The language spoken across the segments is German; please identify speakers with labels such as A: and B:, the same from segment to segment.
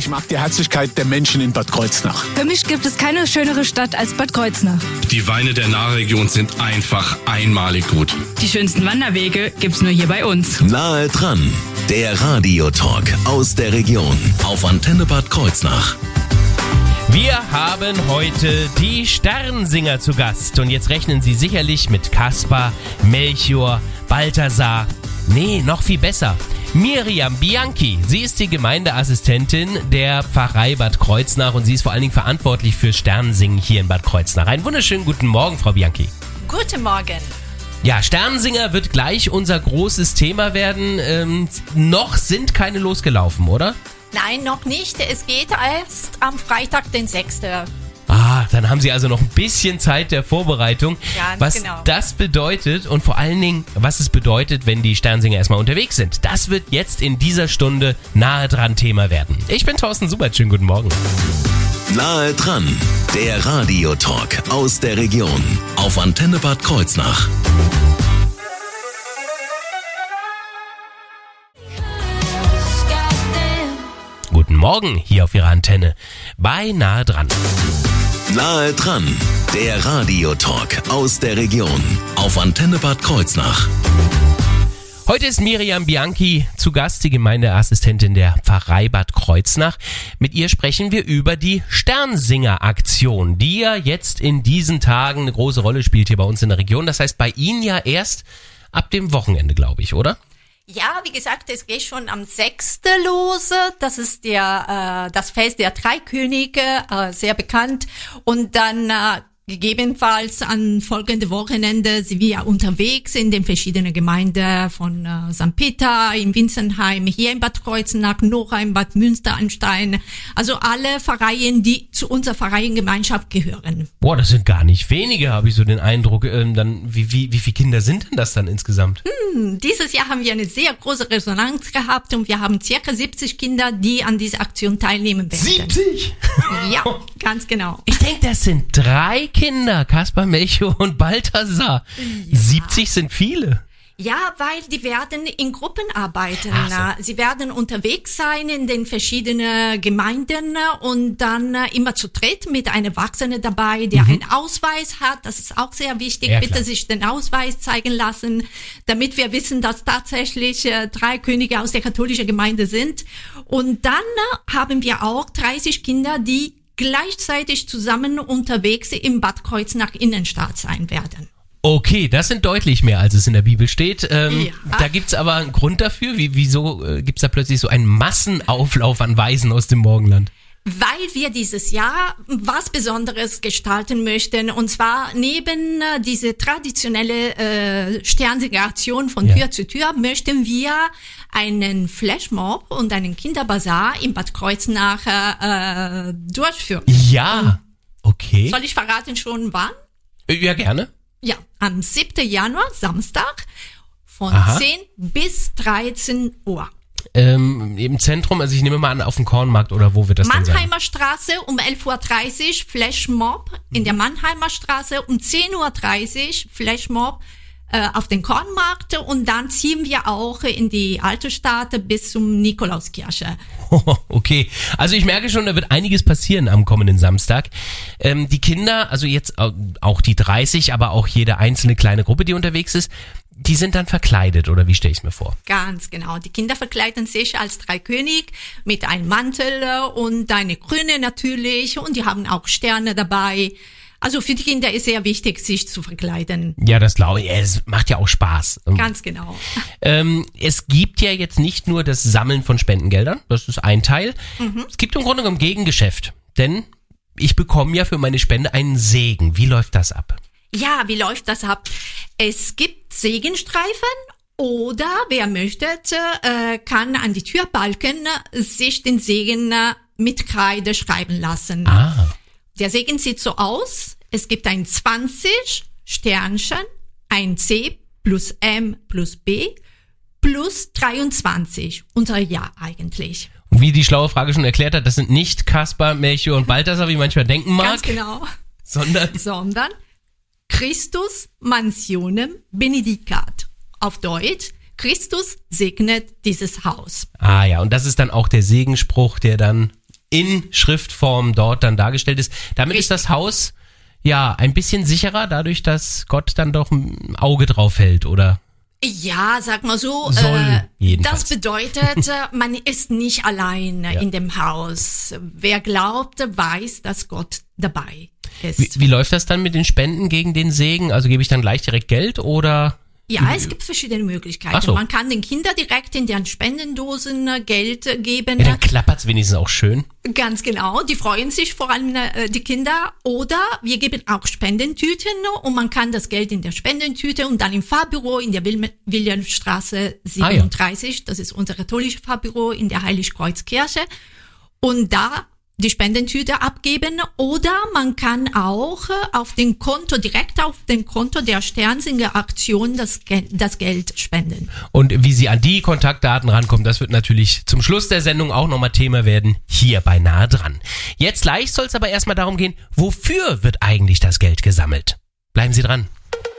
A: Ich mag die Herzlichkeit der Menschen in Bad Kreuznach.
B: Für mich gibt es keine schönere Stadt als Bad Kreuznach.
C: Die Weine der Nahregion sind einfach einmalig gut.
B: Die schönsten Wanderwege gibt's nur hier bei uns.
D: Nahe dran, der Radiotalk aus der Region auf Antenne Bad Kreuznach.
E: Wir haben heute die Sternsinger zu Gast und jetzt rechnen Sie sicherlich mit Kaspar, Melchior, Balthasar. Nee, noch viel besser. Miriam Bianchi, sie ist die Gemeindeassistentin der Pfarrei Bad Kreuznach und sie ist vor allen Dingen verantwortlich für Sternensingen hier in Bad Kreuznach. Einen wunderschönen guten Morgen, Frau Bianchi.
F: Guten Morgen.
E: Ja, Sternensinger wird gleich unser großes Thema werden. Noch sind keine losgelaufen, oder?
F: Nein, noch nicht. Es geht erst am Freitag, den 6.
E: Ah, dann haben Sie also noch ein bisschen Zeit der Vorbereitung.
F: Ganz
E: was
F: genau.
E: Das bedeutet und vor allen Dingen, was es bedeutet, wenn die Sternsinger erstmal unterwegs sind. Das wird jetzt in dieser Stunde nahe dran Thema werden. Ich bin Thorsten Subert, schönen guten Morgen.
D: Nahe dran, der Radiotalk aus der Region auf Antenne Bad Kreuznach.
E: Guten Morgen hier auf Ihrer Antenne bei Nahe dran.
D: Nahe dran, der Radiotalk aus der Region auf Antenne Bad Kreuznach.
E: Heute ist Miriam Bianchi zu Gast, die Gemeindeassistentin der Pfarrei Bad Kreuznach. Mit ihr sprechen wir über die Sternsinger-Aktion, die ja jetzt in diesen Tagen eine große Rolle spielt hier bei uns in der Region. Das heißt bei Ihnen ja erst ab dem Wochenende, glaube ich, oder?
F: Ja, wie gesagt, es geht schon am 6. los. Das ist das Fest der Drei Könige, sehr bekannt. Und dann gegebenenfalls an folgende Wochenende sind wir unterwegs in den verschiedenen Gemeinden von St. Peter, in Winzenheim, hier in Bad Kreuznach, Norheim, Bad Münsteranstein. Also alle Pfarreien, die zu unserer Pfarreiengemeinschaft gehören.
E: Boah, das sind gar nicht wenige, habe ich so den Eindruck. Dann wie viele Kinder sind denn das dann insgesamt?
F: Dieses Jahr haben wir eine sehr große Resonanz gehabt und wir haben circa 70 Kinder, die an dieser Aktion teilnehmen werden.
E: 70?
F: Ja, ganz genau.
E: Ich denke, das sind 3 Kinder, Kaspar, Melchior und Balthasar. Ja. 70 sind viele.
F: Ja, weil die werden in Gruppen arbeiten.
E: So.
F: Sie werden unterwegs sein in den verschiedenen Gemeinden und dann immer zu dritt mit einem Erwachsenen dabei, der einen Ausweis hat. Das ist auch sehr wichtig.
E: Ja,
F: bitte
E: klar.
F: sich den Ausweis zeigen lassen, damit wir wissen, dass tatsächlich 3 Könige aus der katholischen Gemeinde sind. Und dann haben wir auch 30 Kinder, die gleichzeitig zusammen unterwegs im Bad Kreuznach Innenstadt sein werden.
E: Okay, das sind deutlich mehr, als es in der Bibel steht. Da gibt's aber einen Grund dafür. Wieso gibt's da plötzlich so einen Massenauflauf an Weisen aus dem Morgenland?
F: Weil wir dieses Jahr was Besonderes gestalten möchten. Und zwar neben diese traditionelle Sternsinger-Aktion von Tür zu Tür möchten wir einen Flashmob und einen Kinderbazar in Bad Kreuznach durchführen.
E: Ja, okay.
F: Soll ich verraten schon wann?
E: Ja, gerne.
F: Ja, am 7. Januar, Samstag, von 10 bis 13 Uhr.
E: Im Zentrum, also ich nehme mal an, auf dem Kornmarkt oder wo wird das dann sein?
F: Mannheimer Straße um 11.30 Uhr, Flashmob in der Mannheimer Straße, um 10.30 Uhr, Flashmob auf den Kornmarkt und dann ziehen wir auch in die alte Stadt bis zum Nikolauskirche.
E: Okay, also ich merke schon, da wird einiges passieren am kommenden Samstag. Die Kinder, also jetzt auch die 30, aber auch jede einzelne kleine Gruppe, die unterwegs ist, die sind dann verkleidet, oder wie stelle ich es mir vor?
F: Ganz genau. Die Kinder verkleiden sich als 3 König mit einem Mantel und eine Krone natürlich und die haben auch Sterne dabei. Also für die Kinder ist sehr wichtig, sich zu verkleiden.
E: Ja, das glaube ich. Es macht ja auch Spaß.
F: Ganz genau.
E: Es gibt ja jetzt nicht nur das Sammeln von Spendengeldern, das ist ein Teil. Es gibt im Grunde genommen Gegengeschäft, denn ich bekomme ja für meine Spende einen Segen. Wie läuft das ab?
F: Ja, wie läuft das ab? Es gibt Segenstreifen oder wer möchte, kann an die Türbalken sich den Segen mit Kreide schreiben lassen.
E: Ah.
F: Der Segen sieht so aus. Es gibt ein 20 Sternchen, ein C plus M plus B plus 23. Unser Jahr eigentlich.
E: Und wie die schlaue Frage schon erklärt hat, das sind nicht Kaspar, Melchior und Balthasar, wie manchmal denken mag.
F: Ganz genau.
E: Sondern
F: Christus mansionem benedicat. Auf Deutsch, Christus segnet dieses Haus.
E: Ah ja, und das ist dann auch der Segensspruch, der dann in Schriftform dort dann dargestellt ist. Damit
F: Richtig.
E: ist das Haus ja ein bisschen sicherer, dadurch, dass Gott dann doch ein Auge drauf hält, oder?
F: Ja, sag mal so,
E: Soll jedenfalls.
F: das bedeutet, man ist nicht allein in dem Haus. Wer glaubt, weiß, dass Gott dabei ist.
E: Wie läuft das dann mit den Spenden gegen den Segen? Also gebe ich dann gleich direkt Geld oder?
F: Ja, es gibt verschiedene Möglichkeiten.
E: Ach so.
F: Man kann den Kindern direkt in deren Spendendosen Geld geben.
E: Ja, dann klappert's wenigstens auch schön.
F: Ganz genau, die freuen sich vor allem die Kinder. Oder wir geben auch Spendentüten und man kann das Geld in der Spendentüte und dann im Fahrbüro in der Wilhelmstraße 37, das ist unser katholisches Fahrbüro in der Heiligkreuzkirche, und da die Spendentüte abgeben, oder man kann auch direkt auf den Konto der Sternsinger Aktion das Geld spenden.
E: Und wie Sie an die Kontaktdaten rankommen, das wird natürlich zum Schluss der Sendung auch nochmal Thema werden, hier bei Nahe dran. Jetzt gleich soll es aber erstmal darum gehen, wofür wird eigentlich das Geld gesammelt? Bleiben Sie dran.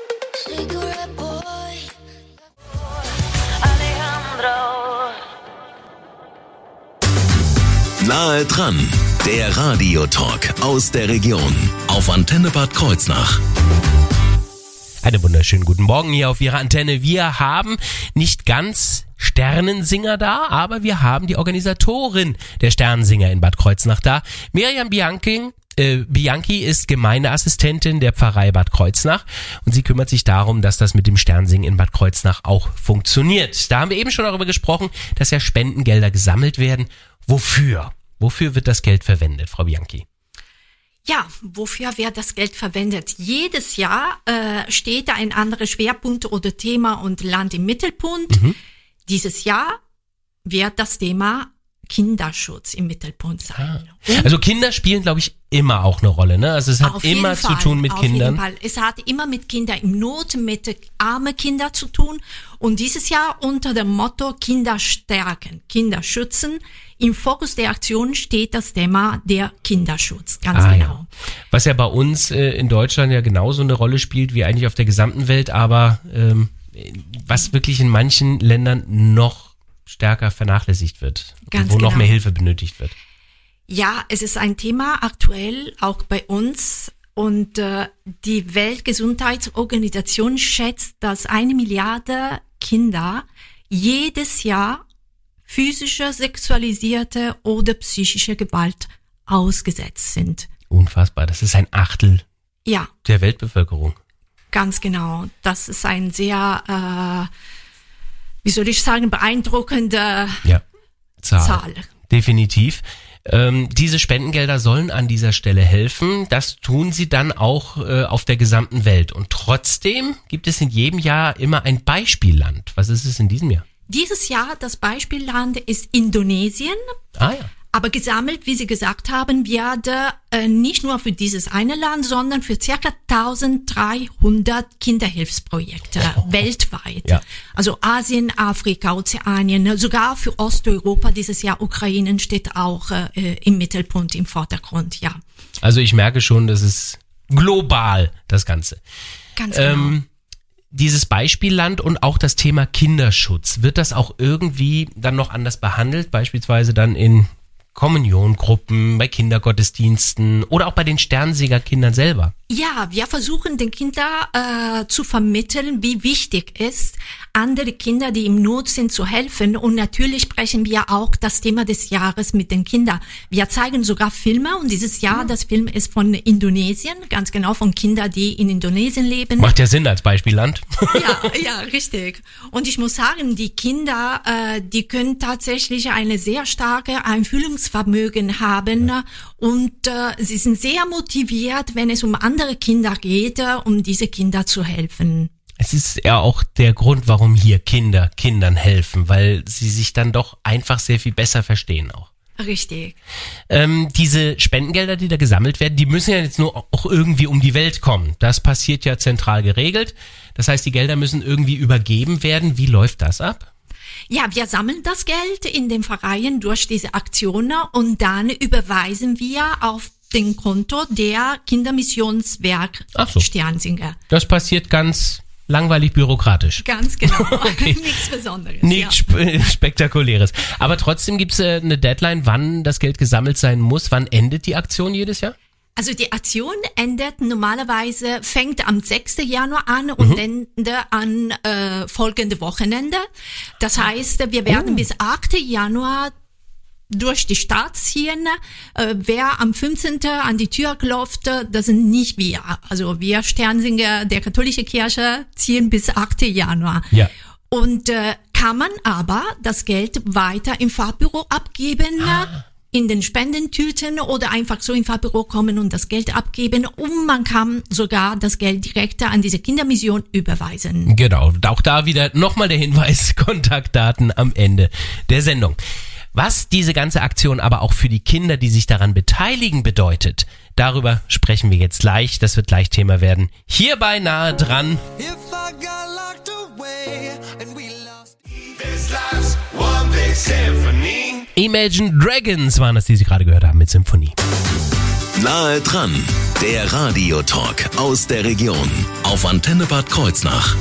D: Nahe dran, der Radiotalk aus der Region auf Antenne Bad Kreuznach.
E: Einen wunderschönen guten Morgen hier auf Ihrer Antenne. Wir haben nicht ganz Sternensinger da, aber wir haben die Organisatorin der Sternensinger in Bad Kreuznach da. Miriam Bianchi ist Gemeindeassistentin der Pfarrei Bad Kreuznach und sie kümmert sich darum, dass das mit dem Sternsingen in Bad Kreuznach auch funktioniert. Da haben wir eben schon darüber gesprochen, dass ja Spendengelder gesammelt werden. Wofür? Wofür wird das Geld verwendet, Frau Bianchi?
F: Ja, wofür wird das Geld verwendet? Jedes Jahr steht da ein anderer Schwerpunkt oder Thema und Land im Mittelpunkt. Dieses Jahr wird das Thema Kinderschutz im Mittelpunkt sein.
E: Also Kinder spielen, glaube ich, immer auch eine Rolle, ne? Also es hat immer zu tun mit Kindern.
F: Auf jeden Fall. Es hat immer mit Kindern in Not, mit armen Kindern zu tun. Und dieses Jahr unter dem Motto Kinder stärken, Kinder schützen. Im Fokus der Aktion steht das Thema der Kinderschutz, ganz genau.
E: Ja. Was ja bei uns in Deutschland ja genauso eine Rolle spielt wie eigentlich auf der gesamten Welt, aber was wirklich in manchen Ländern noch stärker vernachlässigt wird, wo noch mehr Hilfe benötigt wird.
F: Ja, es ist ein Thema aktuell auch bei uns und die Weltgesundheitsorganisation schätzt, dass 1 Milliarde Kinder jedes Jahr physische, sexualisierte oder psychische Gewalt ausgesetzt sind.
E: Unfassbar, das ist ein Achtel der Weltbevölkerung.
F: Ganz genau, das ist ein sehr, beeindruckende Zahl.
E: Definitiv. Diese Spendengelder sollen an dieser Stelle helfen. Das tun sie dann auch auf der gesamten Welt. Und trotzdem gibt es in jedem Jahr immer ein Beispielland. Was ist es in diesem Jahr?
F: Dieses Jahr, das Beispielland ist Indonesien. Aber gesammelt, wie Sie gesagt haben, werde nicht nur für dieses eine Land, sondern für circa 1300 Kinderhilfsprojekte weltweit. Ja. Also Asien, Afrika, Ozeanien, sogar für Osteuropa dieses Jahr Ukraine steht auch im Mittelpunkt, im Vordergrund, ja.
E: Also ich merke schon, das ist global, das Ganze.
F: Ganz genau.
E: Dieses Beispielland und auch das Thema Kinderschutz, wird das auch irgendwie dann noch anders behandelt, beispielsweise dann in Kommuniongruppen, bei Kindergottesdiensten oder auch bei den Sternsinger-Kindern selber?
F: Ja, wir versuchen den Kindern zu vermitteln, wie wichtig ist, andere Kinder, die im Not sind, zu helfen. Und natürlich sprechen wir auch das Thema des Jahres mit den Kindern. Wir zeigen sogar Filme und dieses Jahr, das Film ist von Indonesien, ganz genau von Kindern, die in Indonesien leben.
E: Macht ja Sinn als Beispielland.
F: Ja, richtig. Und ich muss sagen, die Kinder, die können tatsächlich eine sehr starke Einfühlungsvermögen haben und sie sind sehr motiviert, wenn es um andere Kinder geht, um diese Kinder zu helfen.
E: Es ist ja auch der Grund, warum hier Kinder Kindern helfen, weil sie sich dann doch einfach sehr viel besser verstehen auch.
F: Richtig.
E: Diese Spendengelder, die da gesammelt werden, die müssen ja jetzt nur auch irgendwie um die Welt kommen. Das passiert ja zentral geregelt. Das heißt, die Gelder müssen irgendwie übergeben werden. Wie läuft das ab?
F: Ja, wir sammeln das Geld in den Vereinen durch diese Aktionen und dann überweisen wir auf den Konto der Kindermissionswerk Sternsinger.
E: Das passiert ganz langweilig bürokratisch.
F: Ganz genau.
E: Okay.
F: Nichts Besonderes.
E: Nichts Spektakuläres. Aber trotzdem gibt's eine Deadline, wann das Geld gesammelt sein muss. Wann endet die Aktion jedes Jahr?
F: Also die Aktion fängt am 6. Januar an und endet an folgende Wochenende. Das heißt, wir werden bis 8. Januar durch die Stadt ziehen. Wer am 15. an die Tür klopft, das sind nicht wir. Also wir Sternsinger der katholischen Kirche ziehen bis 8. Januar.
E: Ja.
F: Und kann man aber das Geld weiter im Fahrbüro abgeben, in den Spendentüten oder einfach so im Fahrbüro kommen und das Geld abgeben. Und man kann sogar das Geld direkt an diese Kindermission überweisen.
E: Genau, auch da wieder nochmal der Hinweis, Kontaktdaten am Ende der Sendung. Was diese ganze Aktion aber auch für die Kinder, die sich daran beteiligen, bedeutet, darüber sprechen wir jetzt gleich. Das wird gleich Thema werden. Hierbei nahe dran. Imagine Dragons waren das, die Sie gerade gehört haben mit Symphonie.
D: Nahe dran, der Radiotalk aus der Region auf Antenne Bad Kreuznach.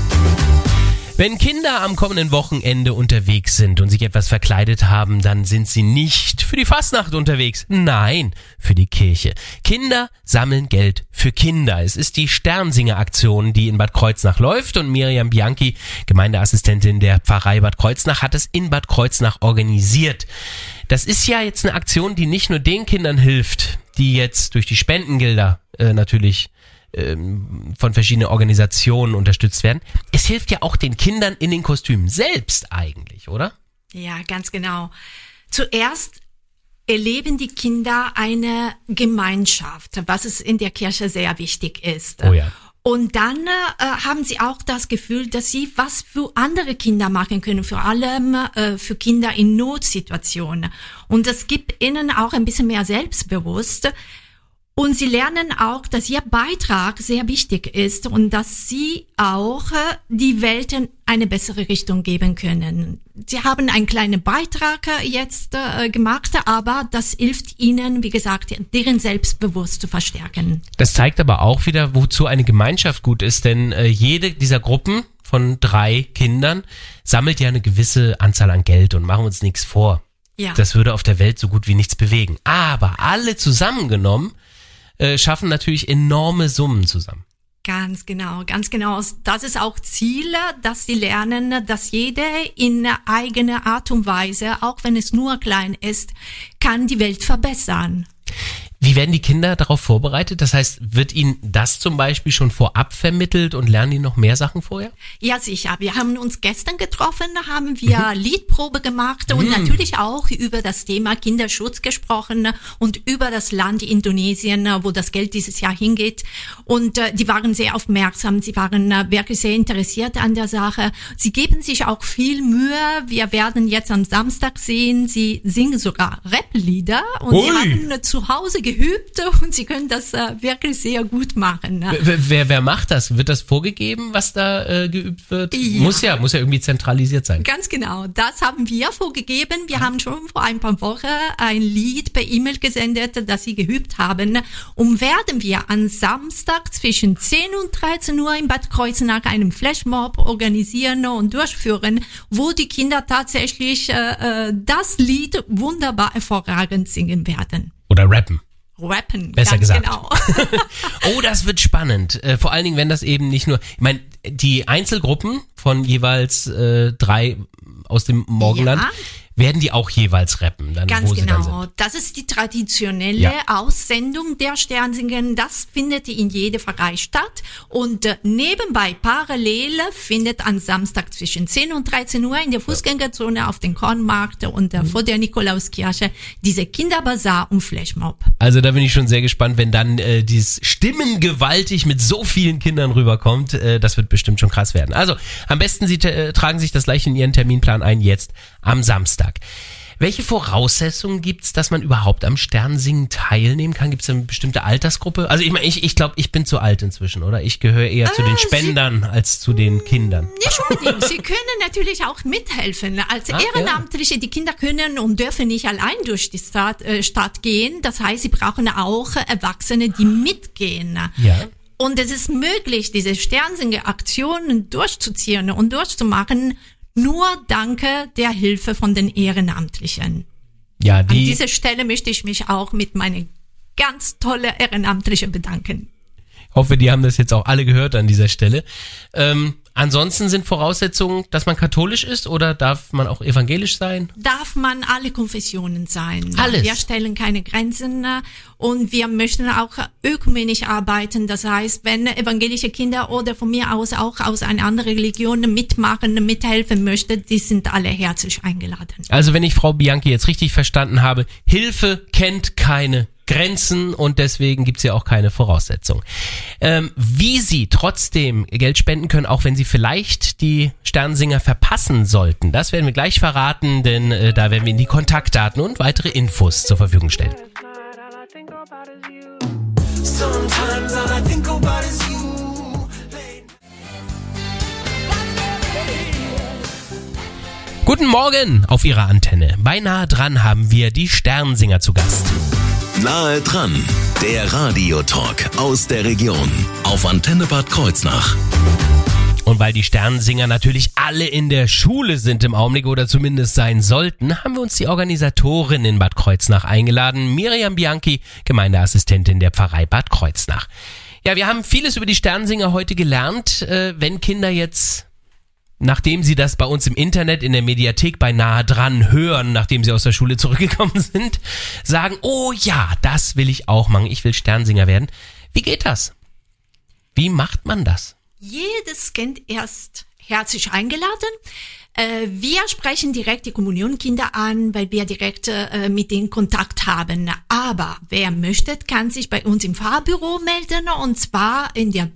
E: Wenn Kinder am kommenden Wochenende unterwegs sind und sich etwas verkleidet haben, dann sind sie nicht für die Fastnacht unterwegs. Nein, für die Kirche. Kinder sammeln Geld für Kinder. Es ist die Sternsinger-Aktion, die in Bad Kreuznach läuft und Miriam Bianchi, Gemeindeassistentin der Pfarrei Bad Kreuznach, hat es in Bad Kreuznach organisiert. Das ist ja jetzt eine Aktion, die nicht nur den Kindern hilft, die jetzt durch die Spendengelder natürlich von verschiedenen Organisationen unterstützt werden. Es hilft ja auch den Kindern in den Kostümen selbst eigentlich, oder?
F: Ja, ganz genau. Zuerst erleben die Kinder eine Gemeinschaft, was es in der Kirche sehr wichtig ist.
E: Oh ja.
F: Und dann haben sie auch das Gefühl, dass sie was für andere Kinder machen können, vor allem für Kinder in Notsituationen. Und das gibt ihnen auch ein bisschen mehr Selbstbewusstsein. Und sie lernen auch, dass ihr Beitrag sehr wichtig ist und dass sie auch die Welt in eine bessere Richtung geben können. Sie haben einen kleinen Beitrag jetzt gemacht, aber das hilft ihnen, wie gesagt, deren Selbstbewusstsein zu verstärken.
E: Das zeigt aber auch wieder, wozu eine Gemeinschaft gut ist, denn jede dieser Gruppen von 3 Kindern sammelt ja eine gewisse Anzahl an Geld und machen wir uns nichts vor.
F: Ja.
E: Das würde auf der Welt so gut wie nichts bewegen. Aber alle zusammengenommen schaffen natürlich enorme Summen zusammen.
F: Ganz genau, ganz genau. Das ist auch Ziel, dass sie lernen, dass jeder in eigener Art und Weise, auch wenn es nur klein ist, kann die Welt verbessern.
E: Wie werden die Kinder darauf vorbereitet? Das heißt, wird ihnen das zum Beispiel schon vorab vermittelt und lernen die noch mehr Sachen vorher?
F: Ja, sicher. Wir haben uns gestern getroffen, haben wir Liedprobe gemacht und natürlich auch über das Thema Kinderschutz gesprochen und über das Land Indonesien, wo das Geld dieses Jahr hingeht. Und die waren sehr aufmerksam, sie waren wirklich sehr interessiert an der Sache. Sie geben sich auch viel Mühe. Wir werden jetzt am Samstag sehen, sie singen sogar Rap-Lieder und sie haben zu Hause geübt und sie können das wirklich sehr gut machen.
E: Wer macht das? Wird das vorgegeben, was da geübt wird? Ja. Muss ja irgendwie zentralisiert sein.
F: Ganz genau. Das haben wir vorgegeben. Wir haben schon vor ein paar Wochen ein Lied per E-Mail gesendet, das sie geübt haben. Und werden wir am Samstag zwischen 10 und 13 Uhr in Bad Kreuznach einen Flashmob organisieren und durchführen, wo die Kinder tatsächlich das Lied wunderbar hervorragend singen werden.
E: Oder rappen.
F: ganz
E: Besser gesagt.
F: Genau.
E: Oh, das wird spannend. Vor allen Dingen, wenn das eben nicht nur, ich meine, die Einzelgruppen von jeweils 3 aus dem Morgenland, werden die auch jeweils rappen. Dann,
F: Ganz
E: wo sie
F: genau.
E: Dann sind.
F: Das ist die traditionelle Aussendung der Sternsingen. Das findet in jeder Pfarrei statt. Und nebenbei parallel findet am Samstag zwischen 10 und 13 Uhr in der Fußgängerzone auf dem Kornmarkt und vor der Nikolauskirche diese Kinderbazar und Flashmob.
E: Also da bin ich schon sehr gespannt, wenn dann dieses Stimmengewaltig mit so vielen Kindern rüberkommt. Das wird bestimmt schon krass werden. Also am besten Sie tragen sich das gleich in Ihren Terminplan ein, jetzt am Samstag. Welche Voraussetzungen gibt's, dass man überhaupt am Sternsingen teilnehmen kann? Gibt's eine bestimmte Altersgruppe? Also ich meine, ich glaube, ich bin zu alt inzwischen, oder? Ich gehöre eher zu den Spendern als zu den Kindern.
F: Nicht unbedingt. Sie können natürlich auch mithelfen. Als Ehrenamtliche, die Kinder können und dürfen nicht allein durch die Stadt gehen. Das heißt, sie brauchen auch Erwachsene, die mitgehen.
E: Ja.
F: Und es ist möglich, diese Sternsinger-Aktionen durchzuziehen und durchzumachen, nur dank der Hilfe von den Ehrenamtlichen.
E: Ja,
F: An dieser Stelle möchte ich mich auch mit meinen ganz tolle Ehrenamtliche bedanken.
E: Ich hoffe, die haben das jetzt auch alle gehört an dieser Stelle. Ansonsten sind Voraussetzungen, dass man katholisch ist oder darf man auch evangelisch sein?
F: Darf man alle Konfessionen sein.
E: Alles.
F: Wir stellen keine Grenzen und wir möchten auch ökumenisch arbeiten. Das heißt, wenn evangelische Kinder oder von mir aus auch aus einer anderen Religion mitmachen, mithelfen möchten, die sind alle herzlich eingeladen.
E: Also wenn ich Frau Bianchi jetzt richtig verstanden habe, Hilfe kennt keine Grenzen und deswegen gibt's ja auch keine Voraussetzung. Wie Sie trotzdem Geld spenden können, auch wenn Sie vielleicht die Sternsinger verpassen sollten, das werden wir gleich verraten, denn da werden wir Ihnen die Kontaktdaten und weitere Infos zur Verfügung stellen. Guten Morgen auf Ihrer Antenne. Bei Nahe dran haben wir die Sternsinger zu Gast.
D: Nahe dran, der Radiotalk aus der Region auf Antenne Bad Kreuznach.
E: Und weil die Sternsinger natürlich alle in der Schule sind im Augenblick oder zumindest sein sollten, haben wir uns die Organisatorin in Bad Kreuznach eingeladen, Miriam Bianchi, Gemeindeassistentin der Pfarrei Bad Kreuznach. Ja, wir haben vieles über die Sternsinger heute gelernt. Wenn Kinder jetzt, nachdem sie das bei uns im Internet, in der Mediathek bei Nahe dran hören, nachdem sie aus der Schule zurückgekommen sind, sagen, oh ja, das will ich auch machen, ich will Sternsinger werden. Wie geht das? Wie macht man das?
F: Jedes Kind ist herzlich eingeladen. Wir sprechen direkt die Kommunionkinder an, weil wir direkt mit denen Kontakt haben. Aber wer möchte, kann sich bei uns im Pfarrbüro melden, und zwar in der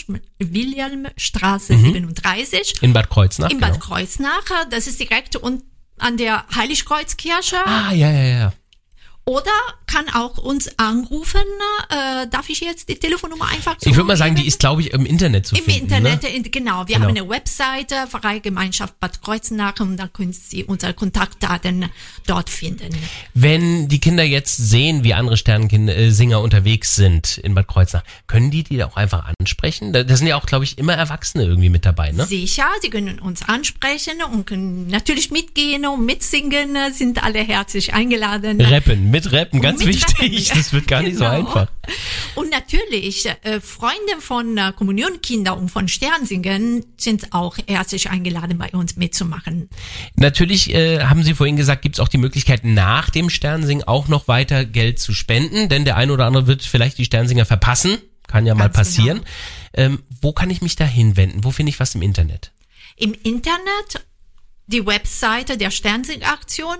F: Wilhelmstraße 37.
E: In Bad Kreuznach.
F: In Bad Kreuznach. Das ist direkt an der Heiligkreuzkirche.
E: Ah, ja.
F: Oder kann auch uns anrufen. Darf ich jetzt die Telefonnummer einfach so?
E: Ich würde mal sagen, die ist, glaube ich, im Internet zu finden.
F: Im Internet,
E: ne?
F: Genau. Wir haben eine Webseite, Pfarreigemeinschaft Bad Kreuznach, und da können Sie unsere Kontaktdaten dort finden.
E: Wenn die Kinder jetzt sehen, wie andere Sternsinger unterwegs sind in Bad Kreuznach, können die auch einfach ansprechen? Da sind ja auch, glaube ich, immer Erwachsene irgendwie mit dabei, ne?
F: Sicher, sie können uns ansprechen und können natürlich mitgehen und mitsingen, sind alle herzlich eingeladen.
E: Mit Rappen, ganz wichtig. Das wird gar nicht so einfach.
F: Und natürlich, Freunde von Kommunionkindern und von Sternsingern sind auch herzlich eingeladen, bei uns mitzumachen.
E: Natürlich, haben Sie vorhin gesagt, gibt es auch die Möglichkeit, nach dem Sternsingen auch noch weiter Geld zu spenden, denn der eine oder andere wird vielleicht die Sternsinger verpassen. Kann ja mal passieren. Genau. Wo kann ich mich da hinwenden? Wo finde ich was im Internet? Im
F: Internet die Webseite der Sternsinger-Aktion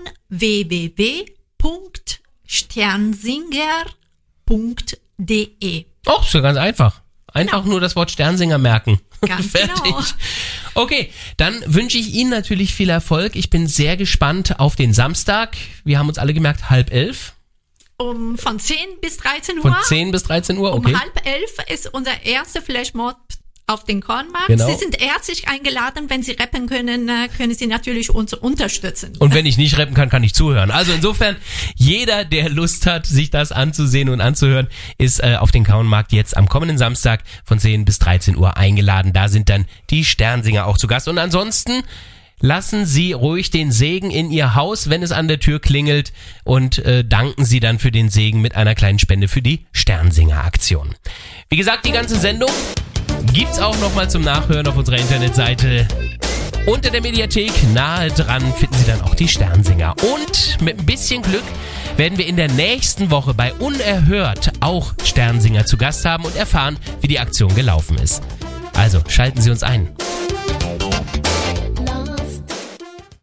F: www.sternsinger.de.
E: Oh, ist ja ganz einfach. Einfach nur das Wort Sternsinger merken.
F: Ganz
E: fertig.
F: Genau.
E: Okay, dann wünsche ich Ihnen natürlich viel Erfolg. Ich bin sehr gespannt auf den Samstag. Wir haben uns alle gemerkt, 10:30.
F: Von 10 bis 13 Uhr.
E: Von 10 bis 13 Uhr, okay.
F: 10:30 ist unser erster Flashmob auf den Kornmarkt.
E: Genau.
F: Sie sind herzlich eingeladen. Wenn Sie rappen können, können Sie natürlich uns unterstützen.
E: Und wenn ich nicht rappen kann, kann ich zuhören. Also insofern, jeder, der Lust hat, sich das anzusehen und anzuhören, ist auf den Kornmarkt jetzt am kommenden Samstag von 10 bis 13 Uhr eingeladen. Da sind dann die Sternsinger auch zu Gast. Und ansonsten lassen Sie ruhig den Segen in Ihr Haus, wenn es an der Tür klingelt, und danken Sie dann für den Segen mit einer kleinen Spende für die Sternsinger-Aktion. Wie gesagt, die ganze Sendung gibt's auch nochmal zum Nachhören auf unserer Internetseite. Unter der Mediathek nahe dran finden Sie dann auch die Sternsinger. Und mit ein bisschen Glück werden wir in der nächsten Woche bei Unerhört auch Sternsinger zu Gast haben und erfahren, wie die Aktion gelaufen ist. Also schalten Sie uns ein.